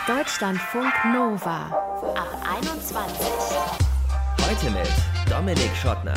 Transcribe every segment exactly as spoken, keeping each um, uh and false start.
Deutschlandfunk Nova ab einundzwanzig. Heute mit Dominik Schottner.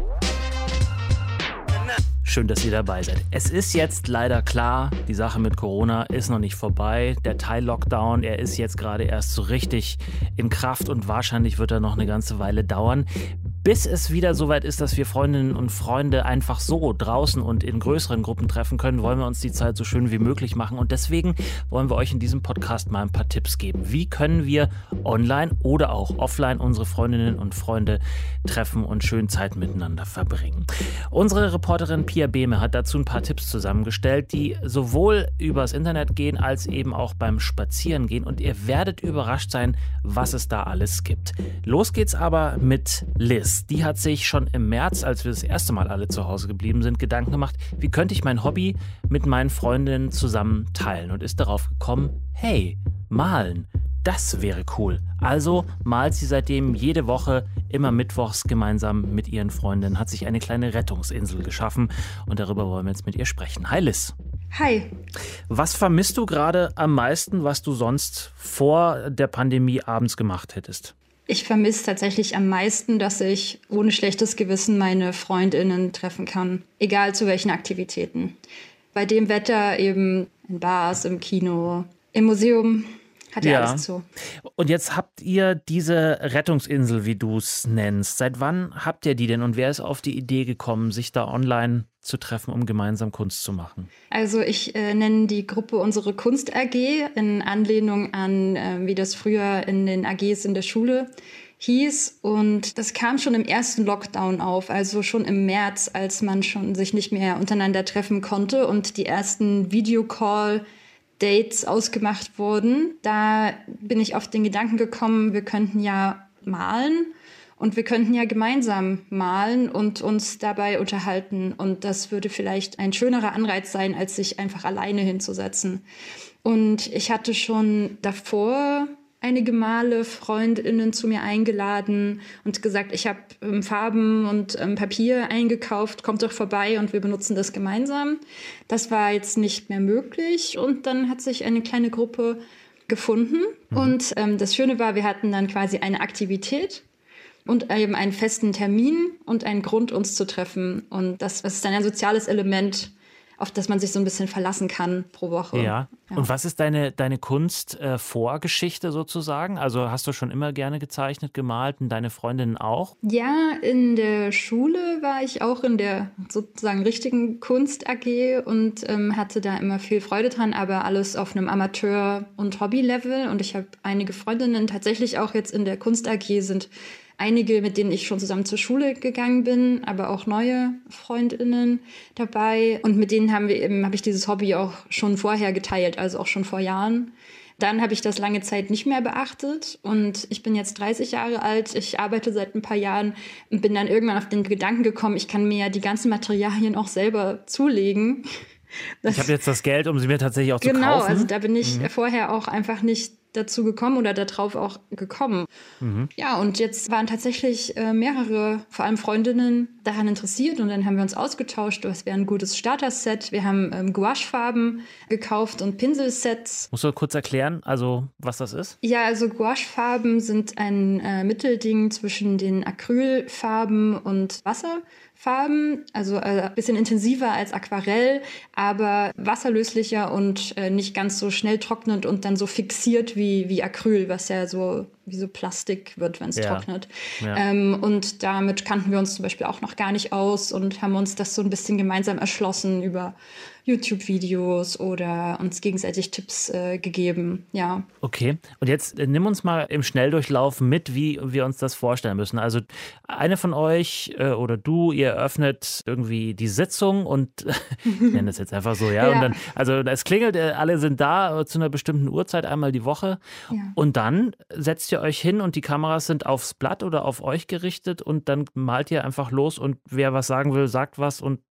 Schön, dass ihr dabei seid. Es ist jetzt leider klar, die Sache mit Corona ist noch nicht vorbei. Der Teil-Lockdown, er ist jetzt gerade erst so richtig in Kraft und wahrscheinlich wird er noch eine ganze Weile dauern. Bis es wieder soweit ist, dass wir Freundinnen und Freunde einfach so draußen und in größeren Gruppen treffen können, wollen wir uns die Zeit so schön wie möglich machen. Und deswegen wollen wir euch in diesem Podcast mal ein paar Tipps geben. Wie können wir online oder auch offline unsere Freundinnen und Freunde treffen und schön Zeit miteinander verbringen? Unsere Reporterin Pia Behme hat dazu ein paar Tipps zusammengestellt, die sowohl übers Internet gehen, als eben auch beim Spazierengehen. Und ihr werdet überrascht sein, was es da alles gibt. Los geht's aber mit Liz. Die hat sich schon im März, als wir das erste Mal alle zu Hause geblieben sind, Gedanken gemacht, wie könnte ich mein Hobby mit meinen Freundinnen zusammen teilen, und ist darauf gekommen, hey, malen, das wäre cool. Also malt sie seitdem jede Woche immer mittwochs gemeinsam mit ihren Freundinnen, hat sich eine kleine Rettungsinsel geschaffen, und darüber wollen wir jetzt mit ihr sprechen. Hi Liz. Hi. Was vermisst du gerade am meisten, was du sonst vor der Pandemie abends gemacht hättest? Ich vermisse tatsächlich am meisten, dass ich ohne schlechtes Gewissen meine FreundInnen treffen kann, egal zu welchen Aktivitäten. Bei dem Wetter eben in Bars, im Kino, im Museum, hat ja alles zu. Und jetzt habt ihr diese Rettungsinsel, wie du es nennst. Seit wann habt ihr die denn und wer ist auf die Idee gekommen, sich da online zu treffen, um gemeinsam Kunst zu machen? Also ich äh, nenne die Gruppe unsere Kunst A G in Anlehnung an, äh, wie das früher in den A Gs in der Schule hieß. Und das kam schon im ersten Lockdown auf, also schon im März, als man schon sich nicht mehr untereinander treffen konnte und die ersten Videocall Dates ausgemacht wurden. Da bin ich auf den Gedanken gekommen, wir könnten ja malen und wir könnten ja gemeinsam malen und uns dabei unterhalten. Und das würde vielleicht ein schönerer Anreiz sein, als sich einfach alleine hinzusetzen. Und ich hatte schon davor einige Male FreundInnen zu mir eingeladen und gesagt, ich habe ähm, Farben und ähm, Papier eingekauft, kommt doch vorbei und wir benutzen das gemeinsam. Das war jetzt nicht mehr möglich und dann hat sich eine kleine Gruppe gefunden. Mhm. Und ähm, das Schöne war, wir hatten dann quasi eine Aktivität und eben einen festen Termin und einen Grund, uns zu treffen. Und das, das ist dann ein soziales Element, auf das man sich so ein bisschen verlassen kann pro Woche. Ja. Ja. Und was ist deine, deine Kunst-Vorgeschichte äh, sozusagen? Also hast du schon immer gerne gezeichnet, gemalt und deine Freundinnen auch? Ja, in der Schule war ich auch in der sozusagen richtigen Kunst-A G und ähm, hatte da immer viel Freude dran, aber alles auf einem Amateur- und Hobby-Level. Und ich habe einige Freundinnen, tatsächlich auch jetzt in der Kunst-A G sind einige, mit denen ich schon zusammen zur Schule gegangen bin, aber auch neue FreundInnen dabei. Und mit denen haben wir eben, habe ich dieses Hobby auch schon vorher geteilt, also auch schon vor Jahren. Dann habe ich das lange Zeit nicht mehr beachtet und ich bin jetzt dreißig Jahre alt. Ich arbeite seit ein paar Jahren und bin dann irgendwann auf den Gedanken gekommen, ich kann mir ja die ganzen Materialien auch selber zulegen. Das, ich habe jetzt das Geld, um sie mir tatsächlich auch zu genau, kaufen. Genau, also da bin ich mhm. vorher auch einfach nicht dazu gekommen oder darauf auch gekommen. Mhm. Ja, und jetzt waren tatsächlich äh, mehrere, vor allem Freundinnen, daran interessiert und dann haben wir uns ausgetauscht, das wäre ein gutes Starter-Set. Wir haben ähm, Gouache-Farben gekauft und Pinselsets. Musst du kurz erklären, also was das ist? Ja, also Gouache-Farben sind ein äh, Mittelding zwischen den Acrylfarben und Wasserfarben, also äh, ein bisschen intensiver als Aquarell, aber wasserlöslicher und äh, nicht ganz so schnell trocknend und dann so fixiert wie Wie, wie Acryl, was ja so wie so Plastik wird, wenn es ja. trocknet. Ja. Ähm, und damit kannten wir uns zum Beispiel auch noch gar nicht aus und haben uns das so ein bisschen gemeinsam erschlossen über YouTube-Videos oder uns gegenseitig Tipps äh, gegeben, ja. Okay, und jetzt äh, nimm uns mal im Schnelldurchlauf mit, wie wir uns das vorstellen müssen. Also eine von euch äh, oder du, ihr eröffnet irgendwie die Sitzung und ich nenne das jetzt einfach so, ja. ja. Und dann, also es klingelt, äh, alle sind da äh, zu einer bestimmten Uhrzeit, einmal die Woche. Ja. Und dann setzt ihr euch hin und die Kameras sind aufs Blatt oder auf euch gerichtet und dann malt ihr einfach los und wer was sagen will, sagt was und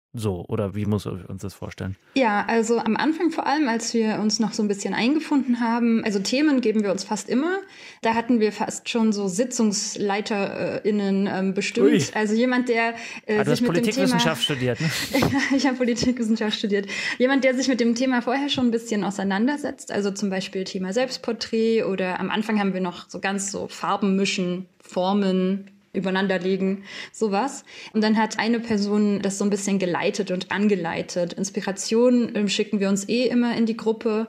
so? Oder wie muss ich uns das vorstellen? Ja, also am Anfang vor allem, als wir uns noch so ein bisschen eingefunden haben, also Themen geben wir uns fast immer. Da hatten wir fast schon so SitzungsleiterInnen ähm, bestimmt. Ui. Also jemand, der äh, ah, du sich hast mit dem Thema... Politikwissenschaft studiert, ne? Ich habe Politikwissenschaft studiert. Jemand, der sich mit dem Thema vorher schon ein bisschen auseinandersetzt. Also zum Beispiel Thema Selbstporträt oder am Anfang haben wir noch so ganz so Farben mischen, Formen übereinanderlegen, sowas. Und dann hat eine Person das so ein bisschen geleitet und angeleitet. Inspiration ähm, schicken wir uns eh immer in die Gruppe.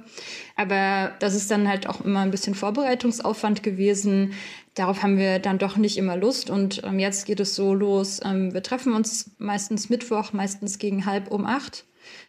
Aber das ist dann halt auch immer ein bisschen Vorbereitungsaufwand gewesen. Darauf haben wir dann doch nicht immer Lust. Und ähm, jetzt geht es so los. Ähm, wir treffen uns meistens Mittwoch, meistens gegen halb um acht.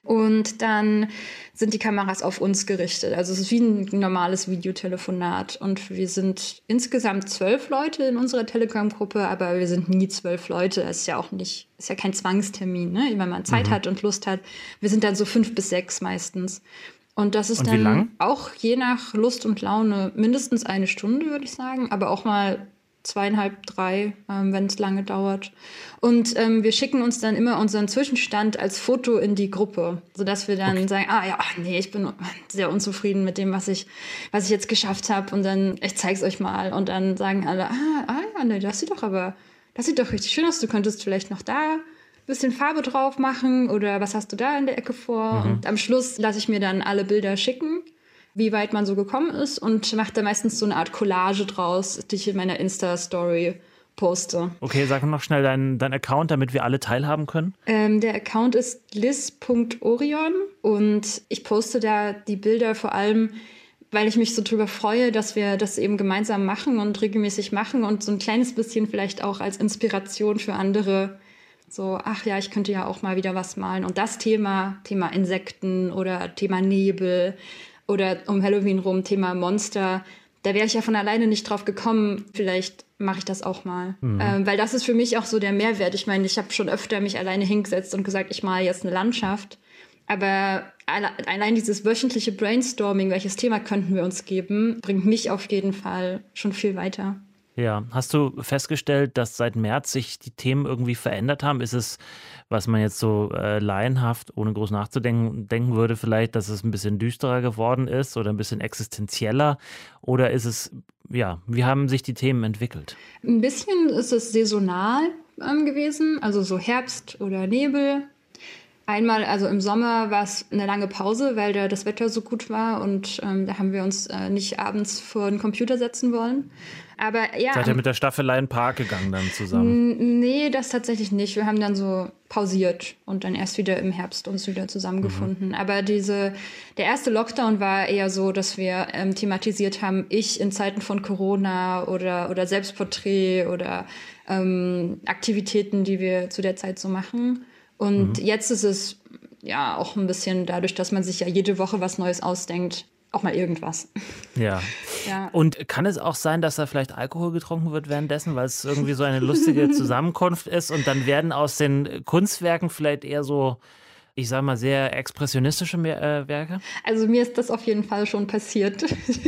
Und dann sind die Kameras auf uns gerichtet. Also es ist wie ein normales Videotelefonat. Und wir sind insgesamt zwölf Leute in unserer Telegram-Gruppe, aber wir sind nie zwölf Leute. Das ist ja auch nicht, ist ja kein Zwangstermin, ne? Wenn man Zeit mhm. hat und Lust hat. Wir sind dann so fünf bis sechs meistens. Und das ist und dann auch je nach Lust und Laune mindestens eine Stunde, würde ich sagen, aber auch mal zweieinhalb, drei, ähm, wenn es lange dauert. Und ähm, wir schicken uns dann immer unseren Zwischenstand als Foto in die Gruppe, sodass wir dann okay. sagen, ah ja, ach, nee, ich bin sehr unzufrieden mit dem, was ich, was ich jetzt geschafft habe. Und dann, ich zeig's euch mal. Und dann sagen alle, ah, ah ja, nee, das sieht doch aber, das sieht doch richtig schön aus. Du könntest vielleicht noch da ein bisschen Farbe drauf machen oder was hast du da in der Ecke vor? Mhm. Und am Schluss lasse ich mir dann alle Bilder schicken, wie weit man so gekommen ist und mache da meistens so eine Art Collage draus, die ich in meiner Insta-Story poste. Okay, sag noch schnell deinen dein Account, damit wir alle teilhaben können. Ähm, der Account ist liz punkt orion und ich poste da die Bilder vor allem, weil ich mich so drüber freue, dass wir das eben gemeinsam machen und regelmäßig machen und so ein kleines bisschen vielleicht auch als Inspiration für andere. So, ach ja, ich könnte ja auch mal wieder was malen. Und das Thema, Thema Insekten oder Thema Nebel, oder um Halloween rum, Thema Monster. Da wäre ich ja von alleine nicht drauf gekommen. Vielleicht mache ich das auch mal. Mhm. Ähm, weil das ist für mich auch so der Mehrwert. Ich meine, ich habe schon öfter mich alleine hingesetzt und gesagt, ich male jetzt eine Landschaft. Aber alle, allein dieses wöchentliche Brainstorming, welches Thema könnten wir uns geben, bringt mich auf jeden Fall schon viel weiter. Ja, hast du festgestellt, dass seit März sich die Themen irgendwie verändert haben? Ist es, was man jetzt so äh, laienhaft, ohne groß nachzudenken, denken würde, vielleicht, dass es ein bisschen düsterer geworden ist oder ein bisschen existenzieller? Oder ist es, ja, wie haben sich die Themen entwickelt? Ein bisschen ist es saisonal ähm, gewesen, also so Herbst oder Nebel. Einmal, also im Sommer war es eine lange Pause, weil da das Wetter so gut war und ähm, da haben wir uns äh, nicht abends vor den Computer setzen wollen. Aber ja. Seid ihr mit der Staffelei in den Park gegangen dann zusammen? Nee, das tatsächlich nicht. Wir haben dann so pausiert und dann erst wieder im Herbst uns wieder zusammengefunden. Mhm. Aber diese, der erste Lockdown war eher so, dass wir ähm, thematisiert haben, ich in Zeiten von Corona oder, oder Selbstporträt oder ähm, Aktivitäten, die wir zu der Zeit so machen. Und mhm. jetzt ist es ja auch ein bisschen dadurch, dass man sich ja jede Woche was Neues ausdenkt, auch mal irgendwas. Ja. ja. Und kann es auch sein, dass da vielleicht Alkohol getrunken wird währenddessen, weil es irgendwie so eine lustige Zusammenkunft ist und dann werden aus den Kunstwerken vielleicht eher so, ich sag mal, sehr expressionistische äh, Werke? Also mir ist das auf jeden Fall schon passiert.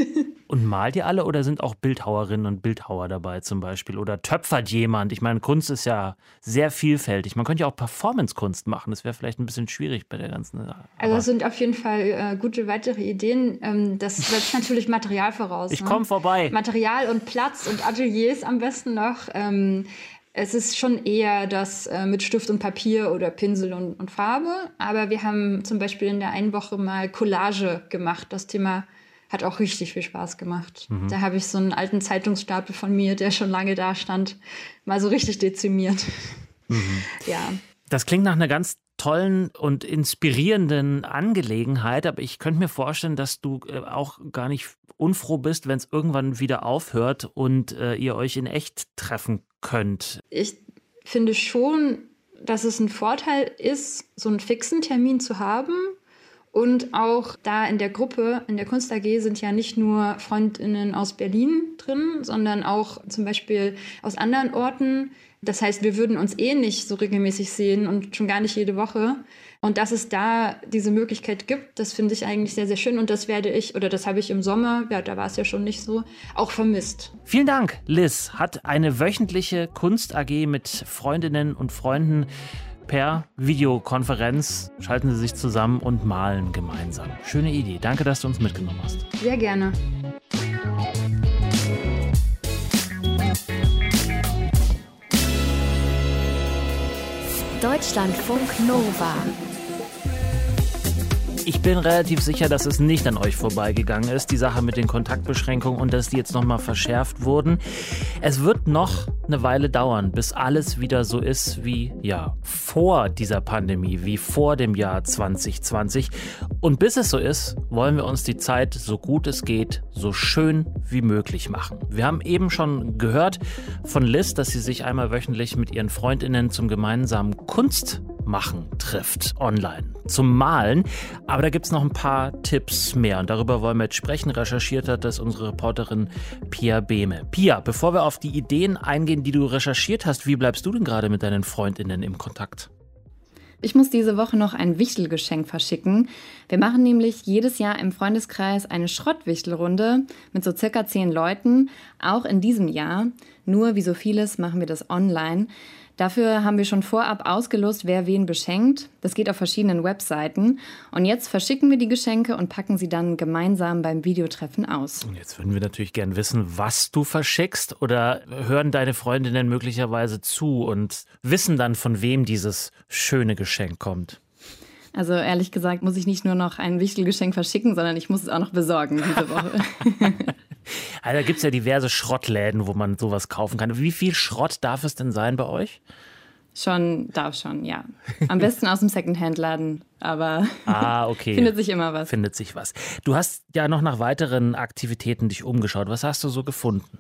Und malt ihr alle oder sind auch Bildhauerinnen und Bildhauer dabei zum Beispiel? Oder töpfert jemand? Ich meine, Kunst ist ja sehr vielfältig. Man könnte ja auch Performance-Kunst machen. Das wäre vielleicht ein bisschen schwierig bei der ganzen Sache. Also das sind auf jeden Fall äh, gute weitere Ideen. Ähm, das setzt natürlich Material voraus. Ich komme ne? vorbei. Material und Platz und Ateliers am besten noch. Ähm, Es ist schon eher das äh, mit Stift und Papier oder Pinsel und, und Farbe. Aber wir haben zum Beispiel in der einen Woche mal Collage gemacht. Das Thema hat auch richtig viel Spaß gemacht. Mhm. Da habe ich so einen alten Zeitungsstapel von mir, der schon lange da stand, mal so richtig dezimiert. Mhm. Ja. Das klingt nach einer ganz tollen und inspirierenden Angelegenheit, aber ich könnte mir vorstellen, dass du äh, auch gar nicht unfroh bist, wenn es irgendwann wieder aufhört und äh, ihr euch in echt treffen könnt. Ich finde schon, dass es ein Vorteil ist, so einen fixen Termin zu haben. Und auch da in der Gruppe, in der Kunst A G, sind ja nicht nur FreundInnen aus Berlin drin, sondern auch zum Beispiel aus anderen Orten. Das heißt, wir würden uns eh nicht so regelmäßig sehen und schon gar nicht jede Woche. Und dass es da diese Möglichkeit gibt, das finde ich eigentlich sehr, sehr schön. Und das werde ich, oder das habe ich im Sommer, ja, da war es ja schon nicht so, auch vermisst. Vielen Dank, Liz. Hat eine wöchentliche Kunst A G mit Freundinnen und Freunden Per Videokonferenz schalten sie sich zusammen und malen gemeinsam. Schöne Idee. Danke, dass du uns mitgenommen hast. Sehr gerne. Deutschlandfunk Nova. Ich bin relativ sicher, dass es nicht an euch vorbeigegangen ist, die Sache mit den Kontaktbeschränkungen und dass die jetzt nochmal verschärft wurden. Es wird noch eine Weile dauern, bis alles wieder so ist wie, ja, vor dieser Pandemie, wie vor dem Jahr zwanzig zwanzig. Und bis es so ist, wollen wir uns die Zeit, so gut es geht, so schön wie möglich machen. Wir haben eben schon gehört von Liz, dass sie sich einmal wöchentlich mit ihren FreundInnen zum gemeinsamen Kunstmachen trifft, online, zum Malen. Aber da gibt es noch ein paar Tipps mehr und darüber wollen wir jetzt sprechen. Recherchiert hat das unsere Reporterin Pia Behme. Pia, bevor wir auf die Ideen eingehen, die du recherchiert hast, wie bleibst du denn gerade mit deinen FreundInnen im Kontakt? Ich muss diese Woche noch ein Wichtelgeschenk verschicken. Wir machen nämlich jedes Jahr im Freundeskreis eine Schrottwichtelrunde mit so circa zehn Leuten, auch in diesem Jahr. Nur wie so vieles machen wir das online. Dafür haben wir schon vorab ausgelost, wer wen beschenkt. Das geht auf verschiedenen Webseiten. Und jetzt verschicken wir die Geschenke und packen sie dann gemeinsam beim Videotreffen aus. Und jetzt würden wir natürlich gern wissen, was du verschickst. Oder hören deine Freundinnen möglicherweise zu und wissen dann, von wem dieses schöne Geschenk kommt? Also ehrlich gesagt muss ich nicht nur noch ein Wichtelgeschenk verschicken, sondern ich muss es auch noch besorgen diese Woche. Also da gibt es ja diverse Schrottläden, wo man sowas kaufen kann. Wie viel Schrott darf es denn sein bei euch? Schon, darf schon, ja. Am besten aus dem Secondhand-Laden, aber ah, okay. findet sich immer was. Findet sich was. Du hast ja noch nach weiteren Aktivitäten dich umgeschaut. Was hast du so gefunden?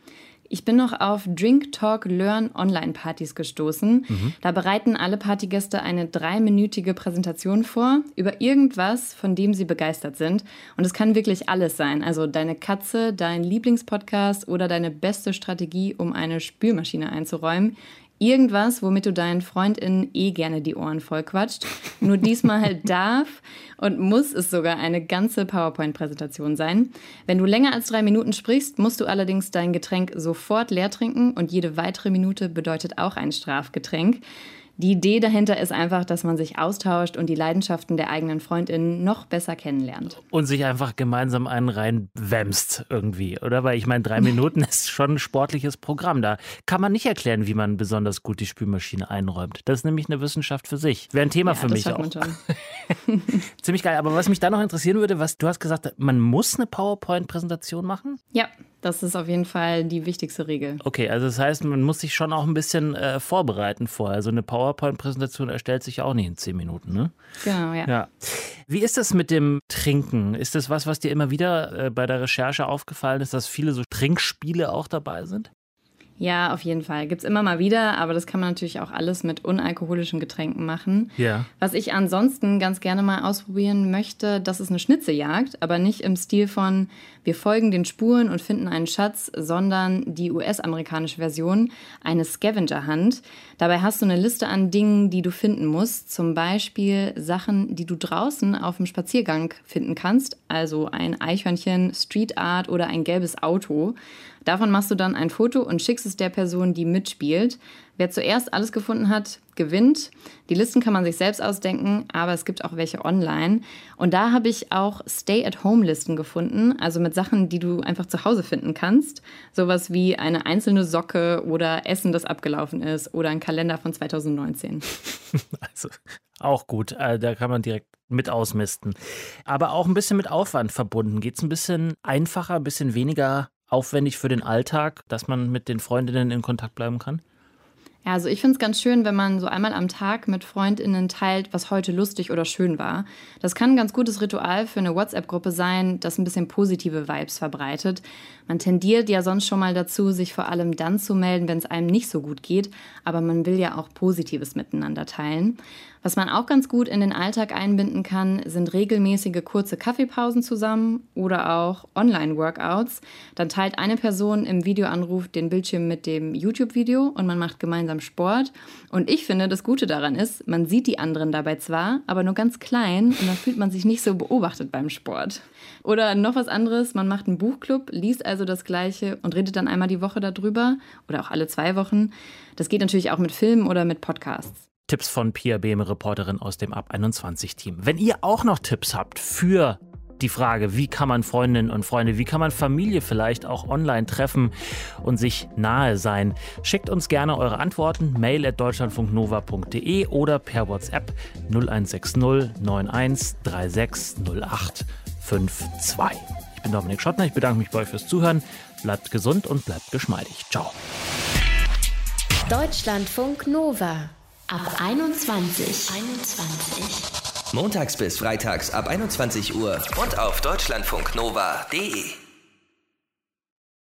Ich bin noch auf Drink, Talk, Learn Online-Partys gestoßen. Mhm. Da bereiten alle Partygäste eine dreiminütige Präsentation vor über irgendwas, von dem sie begeistert sind. Und es kann wirklich alles sein. Also deine Katze, dein Lieblingspodcast oder deine beste Strategie, um eine Spülmaschine einzuräumen. Irgendwas, womit du deinen FreundInnen eh gerne die Ohren vollquatscht. Nur diesmal darf und muss es sogar eine ganze PowerPoint-Präsentation sein. Wenn du länger als drei Minuten sprichst, musst du allerdings dein Getränk sofort leer trinken und jede weitere Minute bedeutet auch ein Strafgetränk. Die Idee dahinter ist einfach, dass man sich austauscht und die Leidenschaften der eigenen FreundInnen noch besser kennenlernt. Und sich einfach gemeinsam einen reinwämst irgendwie, oder? Weil ich meine, drei Minuten ist schon ein sportliches Programm. Da kann man nicht erklären, wie man besonders gut die Spülmaschine einräumt. Das ist nämlich eine Wissenschaft für sich. Wäre ein Thema ja, für das mich schafft auch. Man schon. Ziemlich geil. Aber was mich da noch interessieren würde, was du hast gesagt, man muss eine PowerPoint-Präsentation machen? Ja. Das ist auf jeden Fall die wichtigste Regel. Okay, also das heißt, man muss sich schon auch ein bisschen äh, vorbereiten vorher. Also eine PowerPoint-Präsentation erstellt sich auch nicht in zehn Minuten, ne? Genau, ja. ja. Wie ist das mit dem Trinken? Ist das was, was dir immer wieder äh, bei der Recherche aufgefallen ist, dass viele so Trinkspiele auch dabei sind? Ja, auf jeden Fall. Gibt's immer mal wieder, aber das kann man natürlich auch alles mit unalkoholischen Getränken machen. Ja. Was ich ansonsten ganz gerne mal ausprobieren möchte, das ist eine Schnitzejagd, aber nicht im Stil von wir folgen den Spuren und finden einen Schatz, sondern die U S-amerikanische Version, eine Scavenger-Hunt. Dabei hast du eine Liste an Dingen, die du finden musst, zum Beispiel Sachen, die du draußen auf dem Spaziergang finden kannst, also ein Eichhörnchen, Street Art oder ein gelbes Auto. Davon machst du dann ein Foto und schickst es der Person, die mitspielt. Wer zuerst alles gefunden hat, gewinnt. Die Listen kann man sich selbst ausdenken, aber es gibt auch welche online. Und da habe ich auch Stay-at-Home-Listen gefunden, also mit Sachen, die du einfach zu Hause finden kannst. Sowas wie eine einzelne Socke oder Essen, das abgelaufen ist oder ein Kalender von zwanzig neunzehn. Also auch gut, da kann man direkt mit ausmisten. Aber auch ein bisschen mit Aufwand verbunden. Geht es ein bisschen einfacher, ein bisschen weniger aufwendig für den Alltag, dass man mit den Freundinnen in Kontakt bleiben kann? Ja, also ich finde es ganz schön, wenn man so einmal am Tag mit FreundInnen teilt, was heute lustig oder schön war. Das kann ein ganz gutes Ritual für eine WhatsApp-Gruppe sein, das ein bisschen positive Vibes verbreitet. Man tendiert ja sonst schon mal dazu, sich vor allem dann zu melden, wenn es einem nicht so gut geht. Aber man will ja auch Positives miteinander teilen. Was man auch ganz gut in den Alltag einbinden kann, sind regelmäßige kurze Kaffeepausen zusammen oder auch Online-Workouts. Dann teilt eine Person im Videoanruf den Bildschirm mit dem YouTube-Video und man macht gemeinsam Sport. Und ich finde, das Gute daran ist, man sieht die anderen dabei zwar, aber nur ganz klein und dann fühlt man sich nicht so beobachtet beim Sport. Oder noch was anderes, man macht einen Buchclub, liest also das Gleiche und redet dann einmal die Woche darüber oder auch alle zwei Wochen. Das geht natürlich auch mit Filmen oder mit Podcasts. Tipps von Pia Behme, Reporterin aus dem Ab einundzwanzig-Team. Wenn ihr auch noch Tipps habt für die Frage, wie kann man Freundinnen und Freunde, wie kann man Familie vielleicht auch online treffen und sich nahe sein, schickt uns gerne eure Antworten, mail at deutschlandfunknova punkt de oder per WhatsApp null eins sechs null neun eins drei sechs null acht fünf zwei. Ich bin Dominik Schottner, ich bedanke mich bei euch fürs Zuhören. Bleibt gesund und bleibt geschmeidig. Ciao. Deutschlandfunk Nova ab einundzwanzig. einundzwanzig. Montags bis freitags ab einundzwanzig Uhr und auf deutschlandfunknova punkt de.